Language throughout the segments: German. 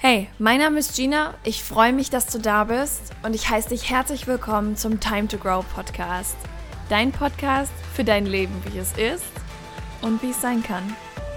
Hey, mein Name ist Gina, ich freue mich, dass du da bist und ich heiße dich herzlich willkommen zum Time to Grow Podcast. Dein Podcast für dein Leben, wie es ist und wie es sein kann.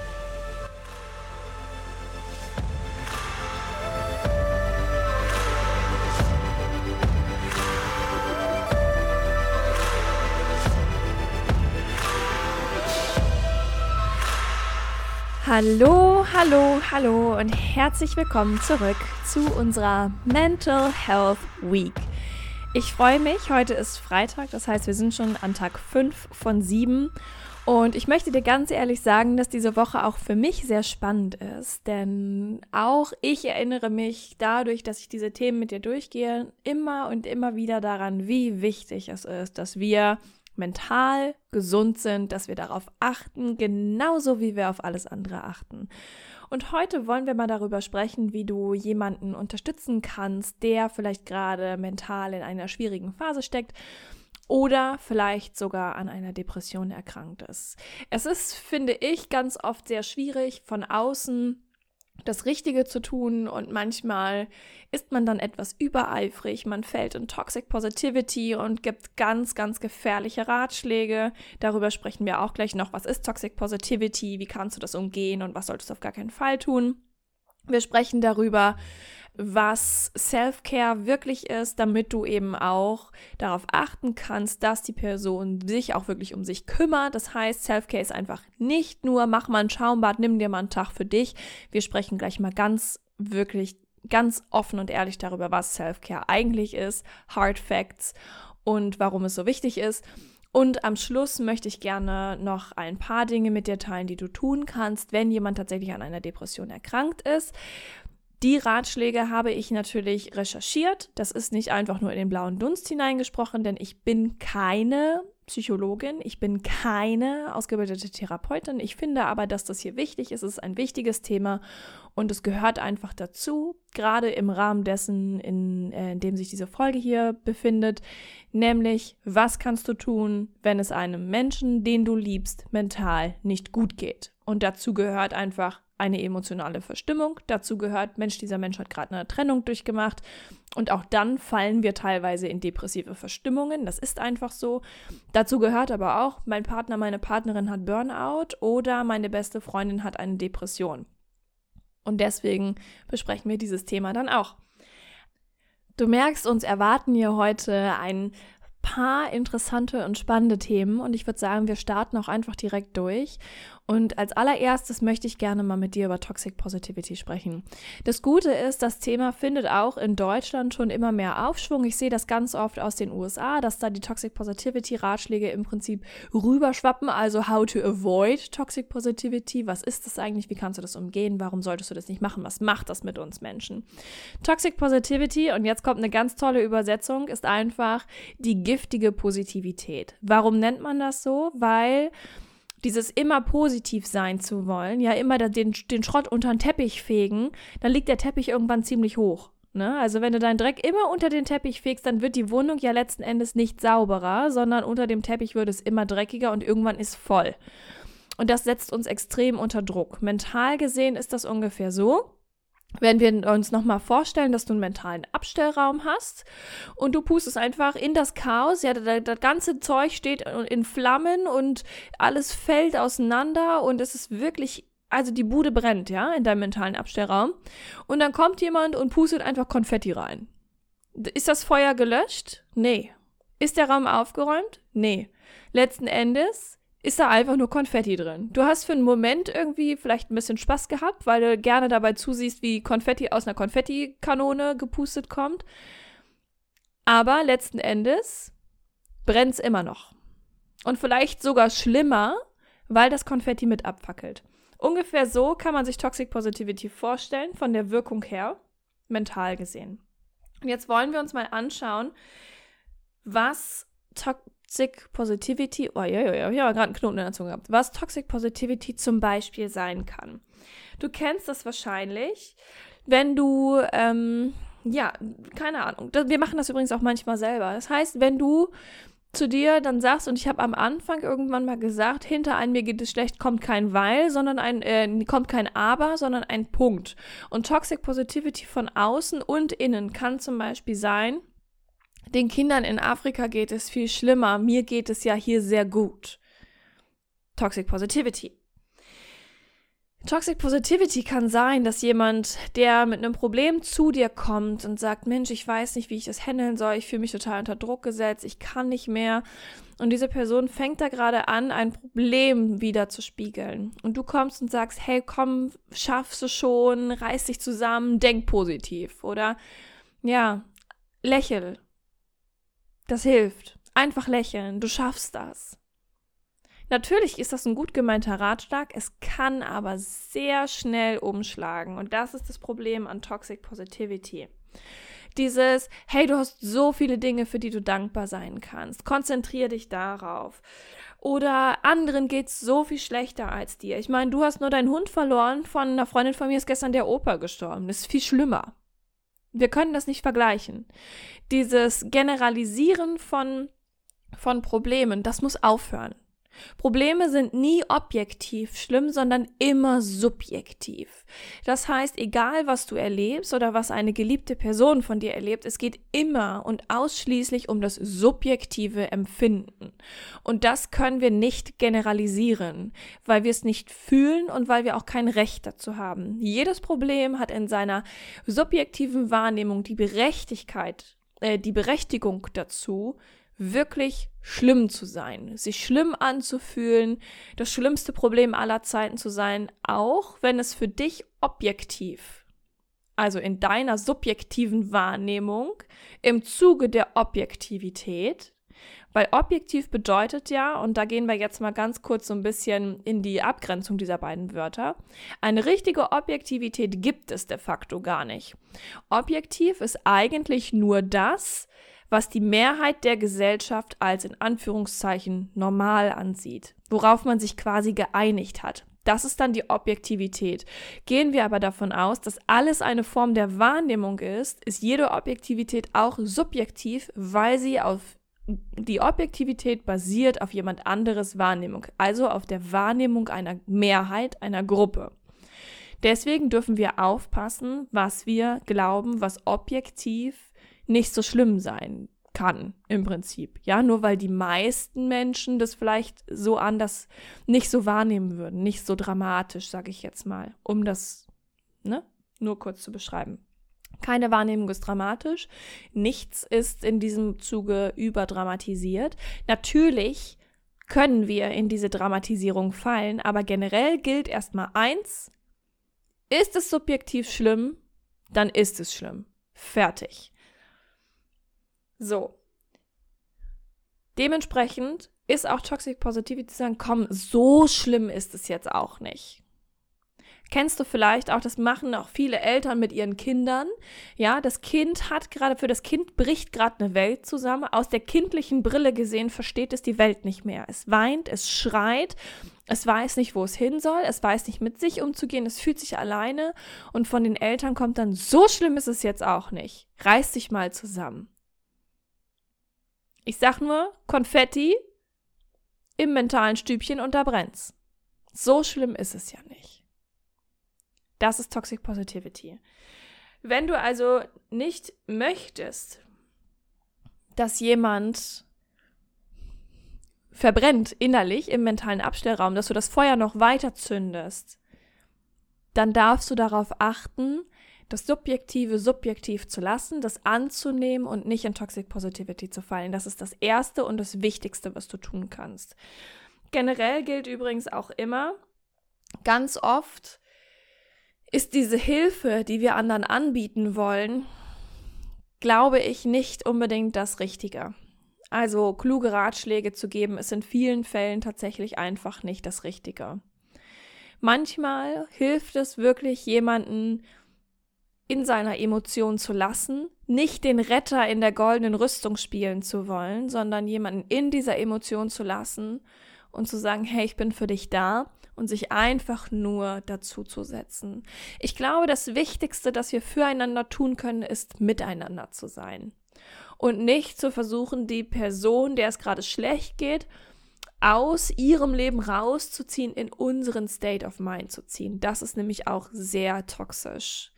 Hallo und herzlich willkommen zurück zu unserer Mental Health Week. Ich freue mich, heute ist Freitag, das heißt, wir sind schon an Tag 5 von 7 und ich möchte dir ganz ehrlich sagen, dass diese Woche auch für mich sehr spannend ist, denn auch ich erinnere mich dadurch, dass ich diese Themen mit dir durchgehe, immer und immer wieder daran, wie wichtig es ist, dass wir mental gesund sind, dass wir darauf achten, genauso wie wir auf alles andere achten. Und heute wollen wir mal darüber sprechen, wie du jemanden unterstützen kannst, der vielleicht gerade mental in einer schwierigen Phase steckt oder vielleicht sogar an einer Depression erkrankt ist. Es ist, finde ich, ganz oft sehr schwierig, von außen das Richtige zu tun und manchmal ist man dann etwas übereifrig, man fällt in Toxic Positivity und gibt ganz, ganz gefährliche Ratschläge. Darüber sprechen wir auch gleich noch. Was ist Toxic Positivity? Wie kannst du das umgehen und was solltest du auf gar keinen Fall tun? Wir sprechen darüber, was Self-Care wirklich ist, damit du eben auch darauf achten kannst, dass die Person sich auch wirklich um sich kümmert. Das heißt, Self-Care ist einfach nicht nur, mach mal ein Schaumbad, nimm dir mal einen Tag für dich. Wir sprechen gleich mal ganz offen und ehrlich darüber, was Self-Care eigentlich ist, Hard Facts und warum es so wichtig ist. Und am Schluss möchte ich gerne noch ein paar Dinge mit dir teilen, die du tun kannst, wenn jemand tatsächlich an einer Depression erkrankt ist. Die Ratschläge habe ich natürlich recherchiert. Das ist nicht einfach nur in den blauen Dunst hineingesprochen, denn ich bin keine Psychologin, ich bin keine ausgebildete Therapeutin. Ich finde aber, dass das hier wichtig ist. Es ist ein wichtiges Thema und es gehört einfach dazu, gerade im Rahmen dessen, in dem sich diese Folge hier befindet, nämlich, was kannst du tun, wenn es einem Menschen, den du liebst, mental nicht gut geht? Und dazu gehört einfach eine emotionale Verstimmung. Dazu gehört, dieser Mensch hat gerade eine Trennung durchgemacht und auch dann fallen wir teilweise in depressive Verstimmungen. Das ist einfach so. Dazu gehört aber auch, mein Partner, meine Partnerin hat Burnout oder meine beste Freundin hat eine Depression. Und deswegen besprechen wir dieses Thema dann auch. Du merkst, uns erwarten hier heute ein paar interessante und spannende Themen und ich würde sagen, wir starten auch einfach direkt durch. Und als allererstes möchte ich gerne mal mit dir über Toxic Positivity sprechen. Das Gute ist, das Thema findet auch in Deutschland schon immer mehr Aufschwung. Ich sehe das ganz oft aus den USA, dass da die Toxic Positivity Ratschläge im Prinzip rüberschwappen. Also how to avoid Toxic Positivity. Was ist das eigentlich? Wie kannst du das umgehen? Warum solltest du das nicht machen? Was macht das mit uns Menschen? Toxic Positivity, und jetzt kommt eine ganz tolle Übersetzung, ist einfach die giftige Positivität. Warum nennt man das so? Weil dieses immer positiv sein zu wollen, ja immer den Schrott unter den Teppich fegen, dann liegt der Teppich irgendwann ziemlich hoch. Ne? Also wenn du deinen Dreck immer unter den Teppich fegst, dann wird die Wohnung ja letzten Endes nicht sauberer, sondern unter dem Teppich wird es immer dreckiger und irgendwann ist voll. Und das setzt uns extrem unter Druck. Mental gesehen ist das ungefähr so, wenn wir uns nochmal vorstellen, dass du einen mentalen Abstellraum hast und du pustest einfach in das Chaos, ja, das ganze Zeug steht in Flammen und alles fällt auseinander und es ist wirklich, also die Bude brennt, ja, in deinem mentalen Abstellraum und dann kommt jemand und pustet einfach Konfetti rein. Ist das Feuer gelöscht? Nee. Ist der Raum aufgeräumt? Nee. Letzten Endes ist da einfach nur Konfetti drin. Du hast für einen Moment irgendwie vielleicht ein bisschen Spaß gehabt, weil du gerne dabei zusiehst, wie Konfetti aus einer Konfettikanone gepustet kommt. Aber letzten Endes brennt es immer noch. Und vielleicht sogar schlimmer, weil das Konfetti mit abfackelt. Ungefähr so kann man sich Toxic Positivity vorstellen, von der Wirkung her, mental gesehen. Und jetzt wollen wir uns mal anschauen, was Toxic Positivity, ich habe gerade einen Knoten in der Zunge gehabt, was Toxic Positivity zum Beispiel sein kann. Du kennst das wahrscheinlich, wenn du, keine Ahnung, wir machen das übrigens auch manchmal selber. Das heißt, wenn du zu dir dann sagst, und ich habe am Anfang irgendwann mal gesagt, hinter ein mir geht es schlecht, kommt kein Weil, sondern kommt kein Aber, sondern ein Punkt. Und Toxic Positivity von außen und innen kann zum Beispiel sein, den Kindern in Afrika geht es viel schlimmer, mir geht es ja hier sehr gut. Toxic Positivity. Toxic Positivity kann sein, dass jemand, der mit einem Problem zu dir kommt und sagt, Mensch, ich weiß nicht, wie ich das handeln soll, ich fühle mich total unter Druck gesetzt, ich kann nicht mehr. Und diese Person fängt da gerade an, ein Problem wieder zu spiegeln. Und du kommst und sagst, hey, komm, schaffst du schon, reiß dich zusammen, denk positiv. Oder, ja, lächel. Das hilft. Einfach lächeln, du schaffst das. Natürlich ist das ein gut gemeinter Ratschlag, es kann aber sehr schnell umschlagen und das ist das Problem an Toxic Positivity. Dieses, hey, du hast so viele Dinge, für die du dankbar sein kannst, konzentriere dich darauf. Oder anderen geht's so viel schlechter als dir. Ich meine, du hast nur deinen Hund verloren, von einer Freundin von mir ist gestern der Opa gestorben, das ist viel schlimmer. Wir können das nicht vergleichen. Dieses Generalisieren von Problemen, das muss aufhören. Probleme sind nie objektiv schlimm, sondern immer subjektiv. Das heißt, egal was du erlebst oder was eine geliebte Person von dir erlebt, es geht immer und ausschließlich um das subjektive Empfinden. Und das können wir nicht generalisieren, weil wir es nicht fühlen und weil wir auch kein Recht dazu haben. Jedes Problem hat in seiner subjektiven Wahrnehmung die Berechtigung dazu, wirklich schlimm zu sein, sich schlimm anzufühlen, das schlimmste Problem aller Zeiten zu sein, auch wenn es für dich objektiv, also in deiner subjektiven Wahrnehmung, im Zuge der Objektivität, weil objektiv bedeutet ja, und da gehen wir jetzt mal ganz kurz so ein bisschen in die Abgrenzung dieser beiden Wörter, eine richtige Objektivität gibt es de facto gar nicht. Objektiv ist eigentlich nur das, was die Mehrheit der Gesellschaft als in Anführungszeichen normal ansieht, worauf man sich quasi geeinigt hat. Das ist dann die Objektivität. Gehen wir aber davon aus, dass alles eine Form der Wahrnehmung ist jede Objektivität auch subjektiv, weil die Objektivität basiert auf jemand anderes Wahrnehmung, also auf der Wahrnehmung einer Mehrheit, einer Gruppe. Deswegen dürfen wir aufpassen, was wir glauben, was objektiv nicht so schlimm sein kann, im Prinzip. Ja, nur weil die meisten Menschen das vielleicht so anders nicht so wahrnehmen würden, nicht so dramatisch, sage ich jetzt mal, um das nur kurz zu beschreiben. Keine Wahrnehmung ist dramatisch, nichts ist in diesem Zuge überdramatisiert. Natürlich können wir in diese Dramatisierung fallen, aber generell gilt erstmal eins: Ist es subjektiv schlimm, dann ist es schlimm. Fertig. So. Dementsprechend ist auch Toxic Positivity zu sagen, komm, so schlimm ist es jetzt auch nicht. Kennst du vielleicht auch, das machen auch viele Eltern mit ihren Kindern. Ja, für das Kind bricht gerade eine Welt zusammen. Aus der kindlichen Brille gesehen versteht es die Welt nicht mehr. Es weint, es schreit, es weiß nicht, wo es hin soll, es weiß nicht, mit sich umzugehen, es fühlt sich alleine und von den Eltern kommt dann, so schlimm ist es jetzt auch nicht. Reiß dich mal zusammen. Ich sag nur, Konfetti im mentalen Stübchen und da brennt's. So schlimm ist es ja nicht. Das ist Toxic Positivity. Wenn du also nicht möchtest, dass jemand verbrennt innerlich im mentalen Abstellraum, dass du das Feuer noch weiter zündest, dann darfst du darauf achten, das Subjektive subjektiv zu lassen, das anzunehmen und nicht in Toxic Positivity zu fallen. Das ist das Erste und das Wichtigste, was du tun kannst. Generell gilt übrigens auch immer, ganz oft ist diese Hilfe, die wir anderen anbieten wollen, glaube ich, nicht unbedingt das Richtige. Also kluge Ratschläge zu geben, ist in vielen Fällen tatsächlich einfach nicht das Richtige. Manchmal hilft es wirklich, jemanden in seiner Emotion zu lassen, nicht den Retter in der goldenen Rüstung spielen zu wollen, sondern jemanden in dieser Emotion zu lassen und zu sagen, hey, ich bin für dich da und sich einfach nur dazu zu setzen. Ich glaube, das Wichtigste, das wir füreinander tun können, ist, miteinander zu sein. und nicht zu versuchen, die Person, der es gerade schlecht geht, aus ihrem Leben rauszuziehen, in unseren State of Mind zu ziehen. Das ist nämlich auch sehr toxisch.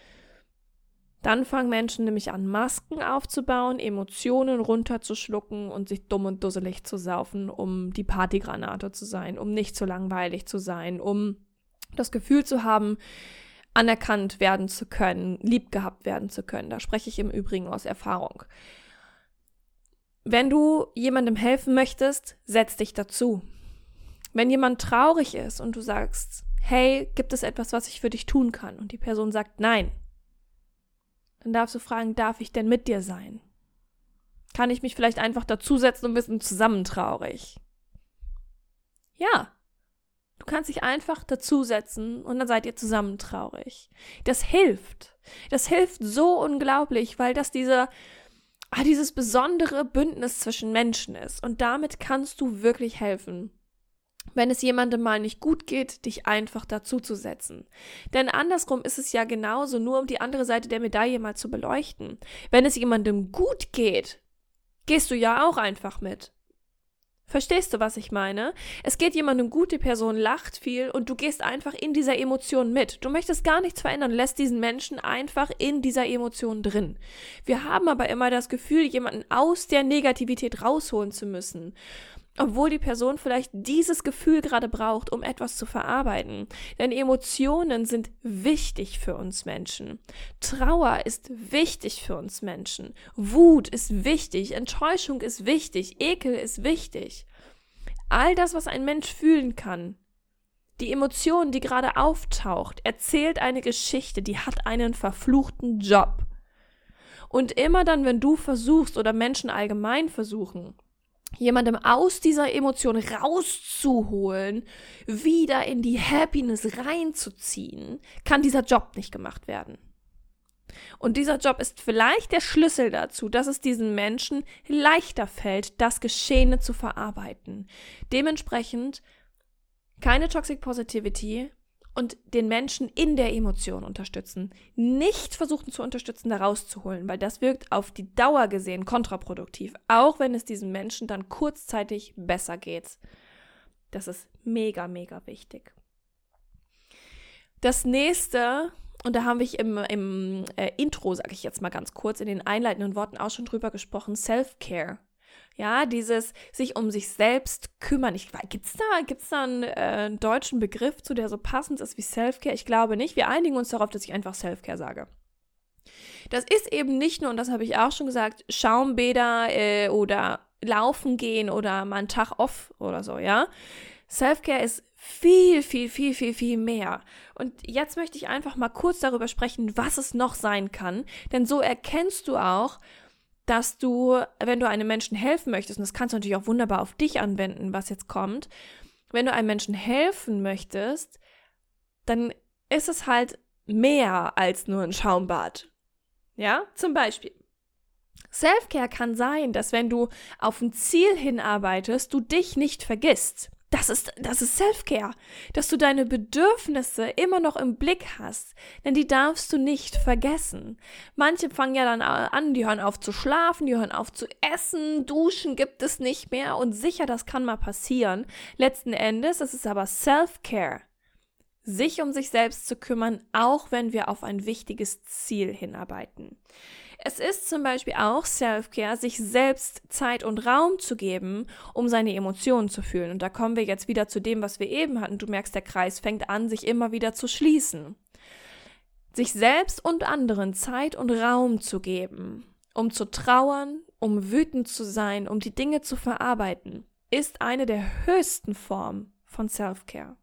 Dann fangen Menschen nämlich an, Masken aufzubauen, Emotionen runterzuschlucken und sich dumm und dusselig zu saufen, um die Partygranate zu sein, um nicht zu langweilig zu sein, um das Gefühl zu haben, anerkannt werden zu können, lieb gehabt werden zu können. Da spreche ich im Übrigen aus Erfahrung. Wenn du jemandem helfen möchtest, setz dich dazu. Wenn jemand traurig ist und du sagst, hey, gibt es etwas, was ich für dich tun kann? Und die Person sagt nein, dann darfst du fragen, darf ich denn mit dir sein? Kann ich mich vielleicht einfach dazusetzen und wir sind zusammen traurig? Ja, du kannst dich einfach dazusetzen und dann seid ihr zusammen traurig. Das hilft. Das hilft so unglaublich, weil das dieses besondere Bündnis zwischen Menschen ist. Und damit kannst du wirklich helfen. Wenn es jemandem mal nicht gut geht, dich einfach dazuzusetzen. Denn andersrum ist es ja genauso, nur um die andere Seite der Medaille mal zu beleuchten. Wenn es jemandem gut geht, gehst du ja auch einfach mit. Verstehst du, was ich meine? Es geht jemandem gut, die Person lacht viel und du gehst einfach in dieser Emotion mit. Du möchtest gar nichts verändern, lässt diesen Menschen einfach in dieser Emotion drin. Wir haben aber immer das Gefühl, jemanden aus der Negativität rausholen zu müssen, obwohl die Person vielleicht dieses Gefühl gerade braucht, um etwas zu verarbeiten. Denn Emotionen sind wichtig für uns Menschen. Trauer ist wichtig für uns Menschen. Wut ist wichtig, Enttäuschung ist wichtig, Ekel ist wichtig. All das, was ein Mensch fühlen kann, die Emotion, die gerade auftaucht, erzählt eine Geschichte, die hat einen verfluchten Job. Und immer dann, wenn du versuchst oder Menschen allgemein versuchen, jemandem aus dieser Emotion rauszuholen, wieder in die Happiness reinzuziehen, kann dieser Job nicht gemacht werden. Und dieser Job ist vielleicht der Schlüssel dazu, dass es diesen Menschen leichter fällt, das Geschehene zu verarbeiten. Dementsprechend keine Toxic Positivity und den Menschen in der Emotion unterstützen. Nicht versuchen zu unterstützen, da rauszuholen, weil das wirkt auf die Dauer gesehen kontraproduktiv, auch wenn es diesem Menschen dann kurzzeitig besser geht. Das ist mega, mega wichtig. Das nächste, und da haben wir im Intro, sage ich jetzt mal ganz kurz, in den einleitenden Worten auch schon drüber gesprochen, Self-Care. Ja, dieses sich um sich selbst kümmern. Gibt's da einen deutschen Begriff zu, der so passend ist wie Self-Care? Ich glaube nicht. Wir einigen uns darauf, dass ich einfach Self-Care sage. Das ist eben nicht nur, und das habe ich auch schon gesagt, Schaumbäder oder laufen gehen oder mal einen Tag off oder so, ja. Self-Care ist viel, viel, viel, viel, viel mehr. Und jetzt möchte ich einfach mal kurz darüber sprechen, was es noch sein kann. Denn so erkennst du auch, dass du, wenn du einem Menschen helfen möchtest, und das kannst du natürlich auch wunderbar auf dich anwenden, was jetzt kommt, wenn du einem Menschen helfen möchtest, dann ist es halt mehr als nur ein Schaumbad. Ja, zum Beispiel. Self-Care kann sein, dass wenn du auf ein Ziel hinarbeitest, du dich nicht vergisst. Das ist Self-Care, dass du deine Bedürfnisse immer noch im Blick hast, denn die darfst du nicht vergessen. Manche fangen ja dann an, die hören auf zu schlafen, die hören auf zu essen, duschen gibt es nicht mehr und sicher, das kann mal passieren. Letzten Endes ist es aber Self-Care, sich um sich selbst zu kümmern, auch wenn wir auf ein wichtiges Ziel hinarbeiten. Es ist zum Beispiel auch Self-Care, sich selbst Zeit und Raum zu geben, um seine Emotionen zu fühlen. Und da kommen wir jetzt wieder zu dem, was wir eben hatten. Du merkst, der Kreis fängt an, sich immer wieder zu schließen. Sich selbst und anderen Zeit und Raum zu geben, um zu trauern, um wütend zu sein, um die Dinge zu verarbeiten, ist eine der höchsten Formen von Self-Care.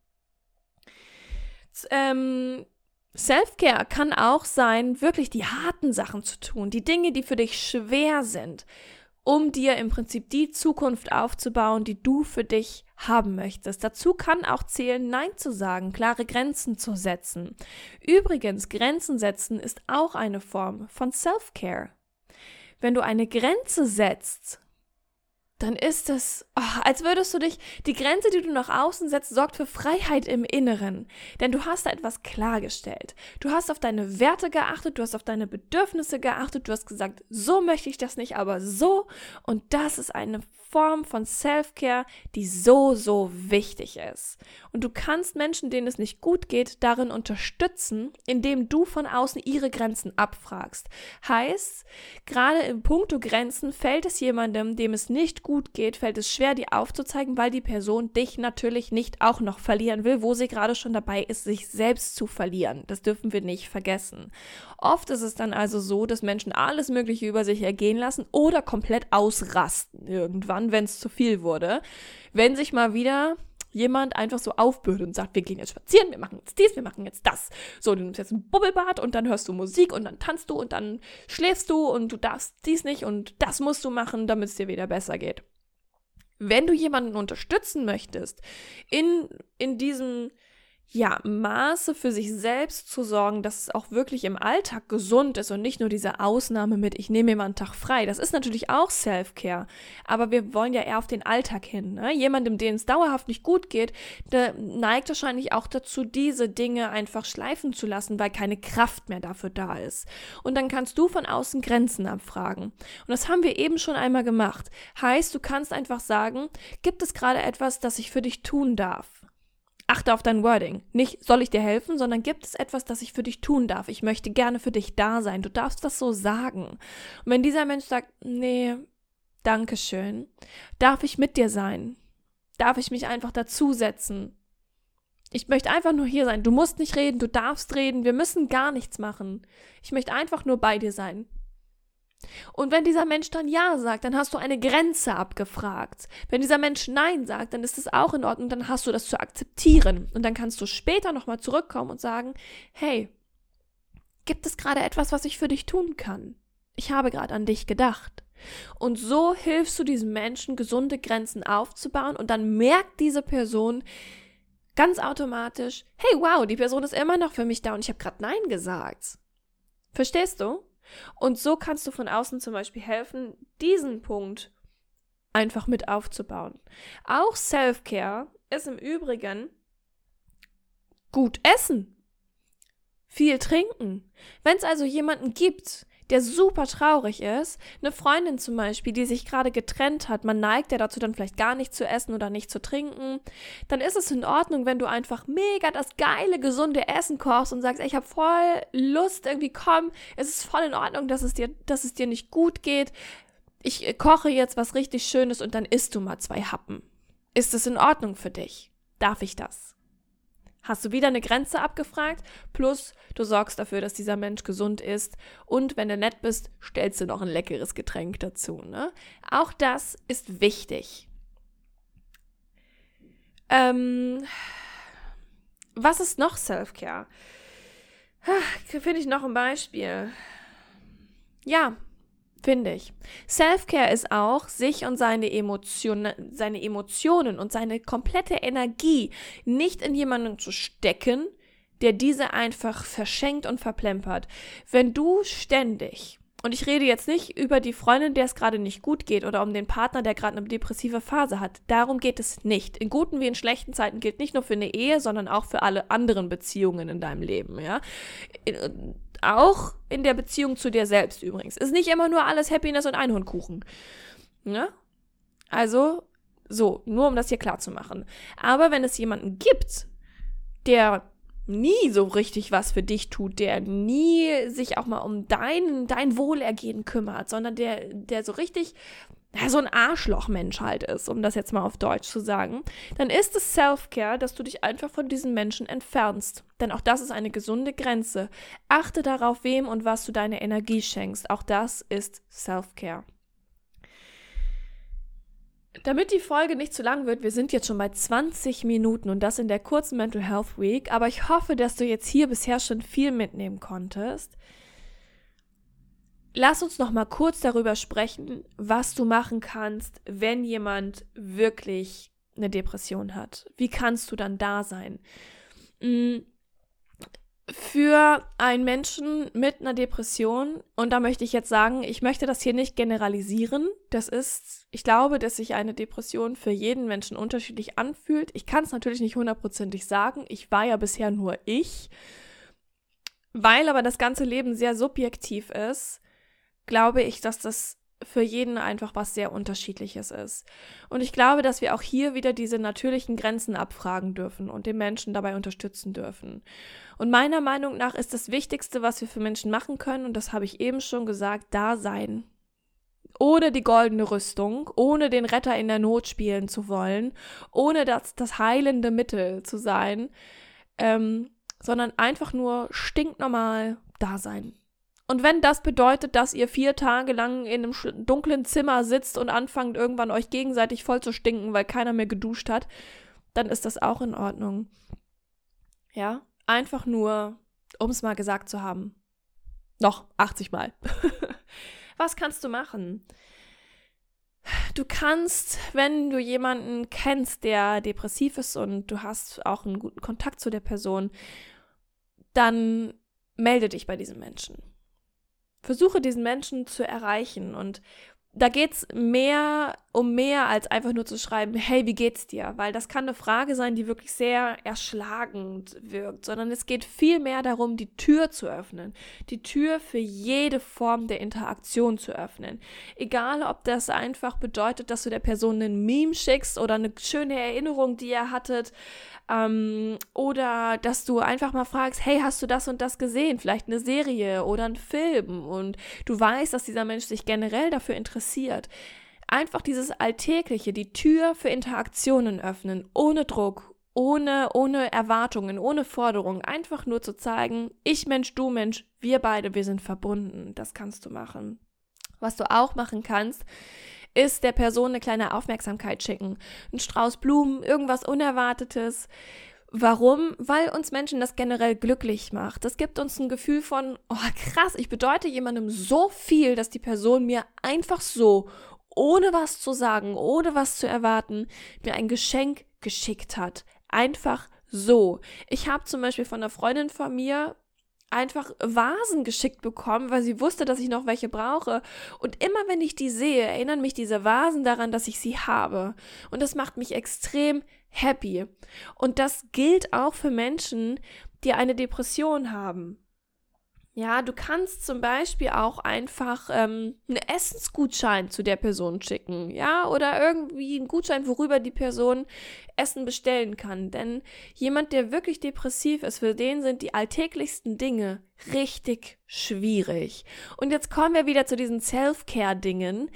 Self-Care kann auch sein, wirklich die harten Sachen zu tun, die Dinge, die für dich schwer sind, um dir im Prinzip die Zukunft aufzubauen, die du für dich haben möchtest. Dazu kann auch zählen, Nein zu sagen, klare Grenzen zu setzen. Übrigens, Grenzen setzen ist auch eine Form von Self-Care. Wenn du eine Grenze setzt, dann ist es, als würdest du die Grenze, die du nach außen setzt, sorgt für Freiheit im Inneren. Denn du hast da etwas klargestellt. Du hast auf deine Werte geachtet, du hast auf deine Bedürfnisse geachtet, du hast gesagt, so möchte ich das nicht, aber so. Und das ist eine Form von Self-Care, die so, so wichtig ist. Und du kannst Menschen, denen es nicht gut geht, darin unterstützen, indem du von außen ihre Grenzen abfragst. Heißt, gerade im Punkto Grenzen fällt es jemandem, dem es nicht gut geht, fällt es schwer, die aufzuzeigen, weil die Person dich natürlich nicht auch noch verlieren will, wo sie gerade schon dabei ist, sich selbst zu verlieren. Das dürfen wir nicht vergessen. Oft ist es dann also so, dass Menschen alles Mögliche über sich ergehen lassen oder komplett ausrasten irgendwann, wenn es zu viel wurde. Wenn sich mal wieder jemand einfach so aufbürdet und sagt, wir gehen jetzt spazieren, wir machen jetzt dies, wir machen jetzt das. So, du nimmst jetzt ein Bubbelbad und dann hörst du Musik und dann tanzt du und dann schläfst du und du darfst dies nicht und das musst du machen, damit es dir wieder besser geht. Wenn du jemanden unterstützen möchtest, in diesem Maße für sich selbst zu sorgen, dass es auch wirklich im Alltag gesund ist und nicht nur diese Ausnahme mit, ich nehme mir mal einen Tag frei. Das ist natürlich auch Self-Care, aber wir wollen ja eher auf den Alltag hin. Ne? Jemandem, dem es dauerhaft nicht gut geht, der neigt wahrscheinlich auch dazu, diese Dinge einfach schleifen zu lassen, weil keine Kraft mehr dafür da ist. Und dann kannst du von außen Grenzen abfragen. Und das haben wir eben schon einmal gemacht. Heißt, du kannst einfach sagen, gibt es gerade etwas, das ich für dich tun darf? Achte auf dein Wording. Nicht, soll ich dir helfen, sondern gibt es etwas, das ich für dich tun darf? Ich möchte gerne für dich da sein. Du darfst das so sagen. Und wenn dieser Mensch sagt, nee, danke schön, darf ich mit dir sein? Darf ich mich einfach dazusetzen? Ich möchte einfach nur hier sein. Du musst nicht reden, du darfst reden. Wir müssen gar nichts machen. Ich möchte einfach nur bei dir sein. Und wenn dieser Mensch dann Ja sagt, dann hast du eine Grenze abgefragt. Wenn dieser Mensch Nein sagt, dann ist es auch in Ordnung, dann hast du das zu akzeptieren. Und dann kannst du später nochmal zurückkommen und sagen, hey, gibt es gerade etwas, was ich für dich tun kann? Ich habe gerade an dich gedacht. Und so hilfst du diesem Menschen, gesunde Grenzen aufzubauen und dann merkt diese Person ganz automatisch, hey, wow, die Person ist immer noch für mich da und ich habe gerade Nein gesagt. Verstehst du? Und so kannst du von außen zum Beispiel helfen, diesen Punkt einfach mit aufzubauen. Auch Self-Care ist im Übrigen gut essen, viel trinken. Wenn es also jemanden gibt, der super traurig ist, eine Freundin zum Beispiel, die sich gerade getrennt hat, man neigt ja dazu, dann vielleicht gar nicht zu essen oder nicht zu trinken, dann ist es in Ordnung, wenn du einfach mega das geile, gesunde Essen kochst und sagst, ey, ich habe voll Lust, irgendwie komm, es ist voll in Ordnung, dass es dir nicht gut geht, ich koche jetzt was richtig Schönes und dann isst du mal 2 Happen. Ist es in Ordnung für dich? Darf ich das? Hast du wieder eine Grenze abgefragt, plus du sorgst dafür, dass dieser Mensch gesund ist und wenn du nett bist, stellst du noch ein leckeres Getränk dazu. Ne? Auch das ist wichtig. Was ist noch Self-Care? Finde ich noch ein Beispiel. Ja, finde ich. Self-Care ist auch, sich und seine Emotionen und seine komplette Energie nicht in jemanden zu stecken, der diese einfach verschenkt und verplempert. Wenn du ständig, und ich rede jetzt nicht über die Freundin, der es gerade nicht gut geht oder um den Partner, der gerade eine depressive Phase hat. Darum geht es nicht. In guten wie in schlechten Zeiten gilt nicht nur für eine Ehe, sondern auch für alle anderen Beziehungen in deinem Leben, ja. Auch in der Beziehung zu dir selbst übrigens. Ist nicht immer nur alles Happiness und Einhornkuchen. Ne? Also, so, nur um das hier klar zu machen. Aber wenn es jemanden gibt, der nie so richtig was für dich tut, der nie sich auch mal um dein Wohlergehen kümmert, sondern der so richtig, so ein Arschlochmensch halt ist, um das jetzt mal auf Deutsch zu sagen, dann ist es Self-Care, dass du dich einfach von diesen Menschen entfernst. Denn auch das ist eine gesunde Grenze. Achte darauf, wem und was du deine Energie schenkst. Auch das ist Self-Care. Damit die Folge nicht zu lang wird, wir sind jetzt schon bei 20 Minuten und das in der kurzen Mental Health Week, aber ich hoffe, dass du jetzt hier bisher schon viel mitnehmen konntest. Lass uns noch mal kurz darüber sprechen, was du machen kannst, wenn jemand wirklich eine Depression hat. Wie kannst du dann da sein? Für einen Menschen mit einer Depression, und da möchte ich jetzt sagen, ich möchte das hier nicht generalisieren, ich glaube, dass sich eine Depression für jeden Menschen unterschiedlich anfühlt. Ich kann es natürlich nicht 100%ig sagen, ich war ja bisher nur ich, weil aber das ganze Leben sehr subjektiv ist, glaube ich, dass das für jeden einfach was sehr Unterschiedliches ist. Und ich glaube, dass wir auch hier wieder diese natürlichen Grenzen abfragen dürfen und den Menschen dabei unterstützen dürfen. Und meiner Meinung nach ist das Wichtigste, was wir für Menschen machen können, und das habe ich eben schon gesagt, da sein. Ohne die goldene Rüstung, ohne den Retter in der Not spielen zu wollen, ohne das heilende Mittel zu sein, sondern einfach nur stinknormal da sein. Und wenn das bedeutet, dass ihr 4 Tage lang in einem dunklen Zimmer sitzt und anfangt, irgendwann euch gegenseitig voll zu stinken, weil keiner mehr geduscht hat, dann ist das auch in Ordnung. Ja, einfach nur, um es mal gesagt zu haben. Noch 80 Mal. Was kannst du machen? Du kannst, wenn du jemanden kennst, der depressiv ist und du hast auch einen guten Kontakt zu der Person, dann melde dich bei diesem Menschen. Versuche diesen Menschen zu erreichen, und da geht's um mehr als einfach nur zu schreiben, hey, wie geht's dir? Weil das kann eine Frage sein, die wirklich sehr erschlagend wirkt, sondern es geht viel mehr darum, die Tür zu öffnen, die Tür für jede Form der Interaktion zu öffnen. Egal, ob das einfach bedeutet, dass du der Person einen Meme schickst oder eine schöne Erinnerung, die ihr hattet, oder dass du einfach mal fragst, hey, hast du das und das gesehen? Vielleicht eine Serie oder einen Film, und du weißt, dass dieser Mensch sich generell dafür interessiert. Einfach dieses Alltägliche, die Tür für Interaktionen öffnen, ohne Druck, ohne Erwartungen, ohne Forderungen. Einfach nur zu zeigen, ich Mensch, du Mensch, wir beide, wir sind verbunden. Das kannst du machen. Was du auch machen kannst, ist der Person eine kleine Aufmerksamkeit schicken. Ein Strauß Blumen, irgendwas Unerwartetes. Warum? Weil uns Menschen das generell glücklich macht. Das gibt uns ein Gefühl von, oh krass, ich bedeute jemandem so viel, dass die Person mir einfach so, ohne was zu sagen, ohne was zu erwarten, mir ein Geschenk geschickt hat. Einfach so. Ich habe zum Beispiel von einer Freundin von mir einfach Vasen geschickt bekommen, weil sie wusste, dass ich noch welche brauche. Und immer wenn ich die sehe, erinnern mich diese Vasen daran, dass ich sie habe. Und das macht mich extrem happy. Und das gilt auch für Menschen, die eine Depression haben. Ja, du kannst zum Beispiel auch einfach einen Essensgutschein zu der Person schicken, ja, oder irgendwie einen Gutschein, worüber die Person Essen bestellen kann. Denn jemand, der wirklich depressiv ist, für den sind die alltäglichsten Dinge richtig schwierig. Und jetzt kommen wir wieder zu diesen Self-Care-Dingen.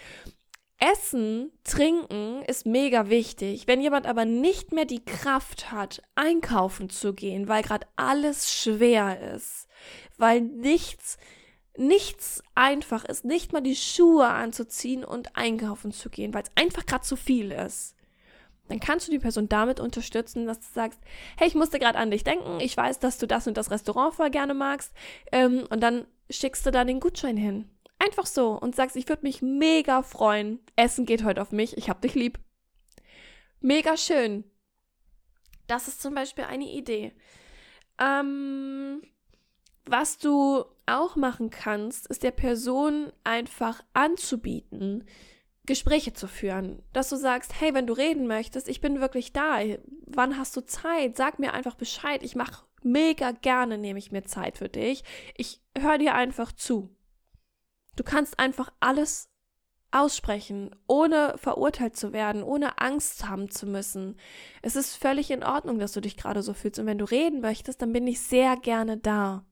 Essen, Trinken ist mega wichtig. Wenn jemand aber nicht mehr die Kraft hat, einkaufen zu gehen, weil gerade alles schwer ist, weil nichts einfach ist, nicht mal die Schuhe anzuziehen und einkaufen zu gehen, weil es einfach gerade zu viel ist, dann kannst du die Person damit unterstützen, dass du sagst, hey, ich musste gerade an dich denken, ich weiß, dass du das und das Restaurant voll gerne magst, und dann schickst du da den Gutschein hin. Einfach so, und sagst, ich würde mich mega freuen, Essen geht heute auf mich, ich hab dich lieb. Mega schön. Das ist zum Beispiel eine Idee. Was du auch machen kannst, ist der Person einfach anzubieten, Gespräche zu führen. Dass du sagst, hey, wenn du reden möchtest, ich bin wirklich da. Wann hast du Zeit? Sag mir einfach Bescheid. Ich mache mega gerne, nehme ich mir Zeit für dich. Ich höre dir einfach zu. Du kannst einfach alles aussprechen, ohne verurteilt zu werden, ohne Angst haben zu müssen. Es ist völlig in Ordnung, dass du dich gerade so fühlst. Und wenn du reden möchtest, dann bin ich sehr gerne da.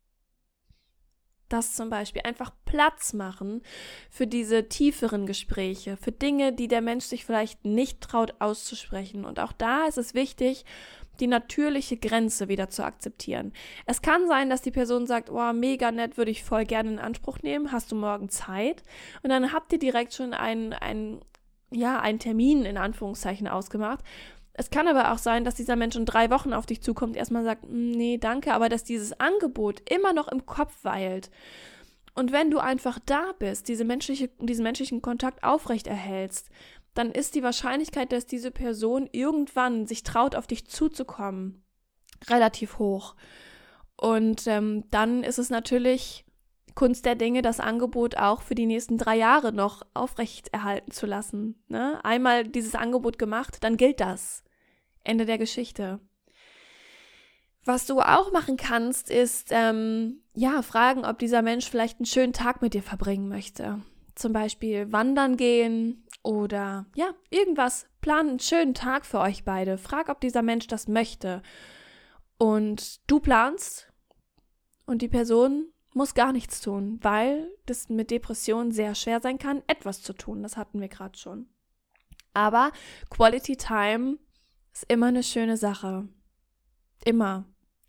Das zum Beispiel, einfach Platz machen für diese tieferen Gespräche, für Dinge, die der Mensch sich vielleicht nicht traut auszusprechen. Und auch da ist es wichtig, die natürliche Grenze wieder zu akzeptieren. Es kann sein, dass die Person sagt, oh, mega nett, würde ich voll gerne in Anspruch nehmen, hast du morgen Zeit? Und dann habt ihr direkt schon einen Termin in Anführungszeichen ausgemacht. Es kann aber auch sein, dass dieser Mensch in 3 Wochen auf dich zukommt, erstmal sagt, nee, danke, aber dass dieses Angebot immer noch im Kopf weilt. Und wenn du einfach da bist, diesen menschlichen Kontakt aufrechterhältst, dann ist die Wahrscheinlichkeit, dass diese Person irgendwann sich traut, auf dich zuzukommen, relativ hoch. Und dann ist es natürlich Kunst der Dinge, das Angebot auch für die nächsten 3 Jahre noch aufrechterhalten zu lassen. Ne? Einmal dieses Angebot gemacht, dann gilt das. Ende der Geschichte. Was du auch machen kannst, ist fragen, ob dieser Mensch vielleicht einen schönen Tag mit dir verbringen möchte. Zum Beispiel wandern gehen oder irgendwas. Plan einen schönen Tag für euch beide. Frag, ob dieser Mensch das möchte. Und du planst und die Person muss gar nichts tun, weil das mit Depressionen sehr schwer sein kann, etwas zu tun. Das hatten wir gerade schon. Aber Quality Time ist immer eine schöne Sache. Immer.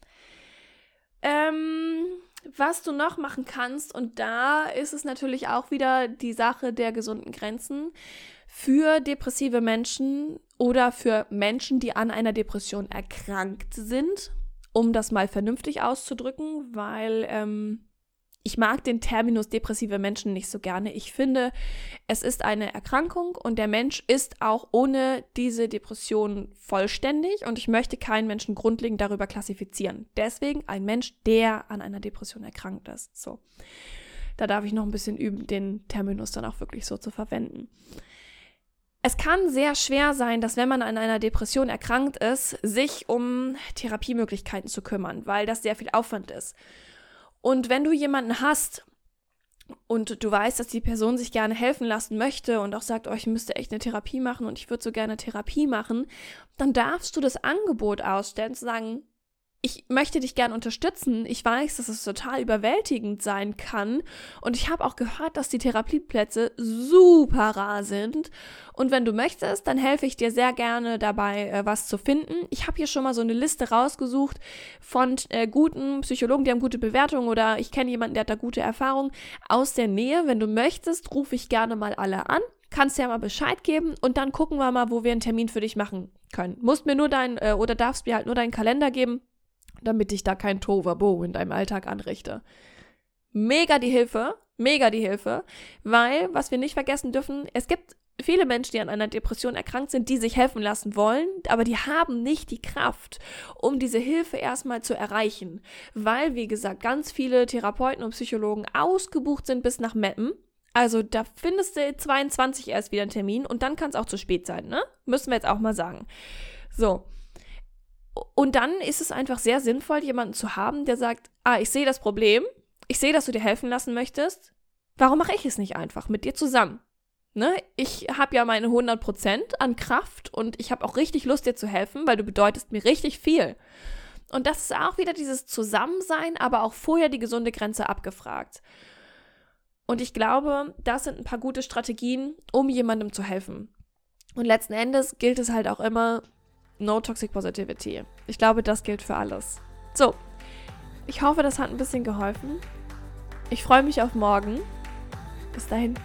Was du noch machen kannst, und da ist es natürlich auch wieder die Sache der gesunden Grenzen, für depressive Menschen oder für Menschen, die an einer Depression erkrankt sind, um das mal vernünftig auszudrücken, weil ich mag den Terminus depressive Menschen nicht so gerne. Ich finde, es ist eine Erkrankung und der Mensch ist auch ohne diese Depression vollständig und ich möchte keinen Menschen grundlegend darüber klassifizieren. Deswegen ein Mensch, der an einer Depression erkrankt ist. So. Da darf ich noch ein bisschen üben, den Terminus dann auch wirklich so zu verwenden. Es kann sehr schwer sein, dass wenn man an einer Depression erkrankt ist, sich um Therapiemöglichkeiten zu kümmern, weil das sehr viel Aufwand ist. Und wenn du jemanden hast und du weißt, dass die Person sich gerne helfen lassen möchte und auch sagt, ich müsste echt eine Therapie machen und ich würde so gerne Therapie machen, dann darfst du das Angebot ausstellen, zu sagen, ich möchte dich gerne unterstützen. Ich weiß, dass es total überwältigend sein kann und ich habe auch gehört, dass die Therapieplätze super rar sind und wenn du möchtest, dann helfe ich dir sehr gerne dabei, was zu finden. Ich habe hier schon mal so eine Liste rausgesucht von guten Psychologen, die haben gute Bewertungen oder ich kenne jemanden, der hat da gute Erfahrungen aus der Nähe. Wenn du möchtest, rufe ich gerne mal alle an. Kannst ja mal Bescheid geben und dann gucken wir mal, wo wir einen Termin für dich machen können. Musst mir nur darfst mir halt nur deinen Kalender geben, damit ich da kein Tohuwabohu in deinem Alltag anrichte. Mega die Hilfe, weil, was wir nicht vergessen dürfen, es gibt viele Menschen, die an einer Depression erkrankt sind, die sich helfen lassen wollen, aber die haben nicht die Kraft, um diese Hilfe erstmal zu erreichen, weil, wie gesagt, ganz viele Therapeuten und Psychologen ausgebucht sind bis nach Meppen. Also da findest du 22 erst wieder einen Termin und dann kann es auch zu spät sein, ne? Müssen wir jetzt auch mal sagen. So. Und dann ist es einfach sehr sinnvoll, jemanden zu haben, der sagt, ich sehe das Problem, ich sehe, dass du dir helfen lassen möchtest, warum mache ich es nicht einfach mit dir zusammen? Ne? Ich habe ja meine 100% an Kraft und ich habe auch richtig Lust, dir zu helfen, weil du bedeutest mir richtig viel. Und das ist auch wieder dieses Zusammensein, aber auch vorher die gesunde Grenze abgefragt. Und ich glaube, das sind ein paar gute Strategien, um jemandem zu helfen. Und letzten Endes gilt es halt auch immer, No Toxic Positivity. Ich glaube, das gilt für alles. So, ich hoffe, das hat ein bisschen geholfen. Ich freue mich auf morgen. Bis dahin.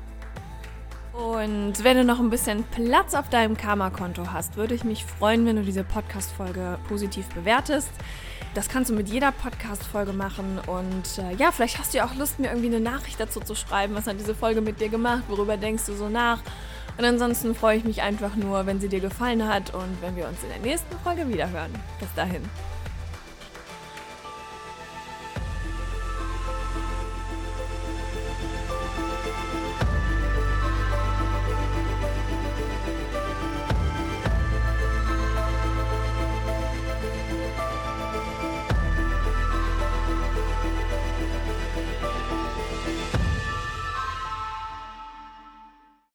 Und wenn du noch ein bisschen Platz auf deinem Karma-Konto hast, würde ich mich freuen, wenn du diese Podcast-Folge positiv bewertest. Das kannst du mit jeder Podcast-Folge machen und vielleicht hast du ja auch Lust, mir irgendwie eine Nachricht dazu zu schreiben. Was hat diese Folge mit dir gemacht? Worüber denkst du so nach? Und ansonsten freue ich mich einfach nur, wenn sie dir gefallen hat und wenn wir uns in der nächsten Folge wiederhören. Bis dahin.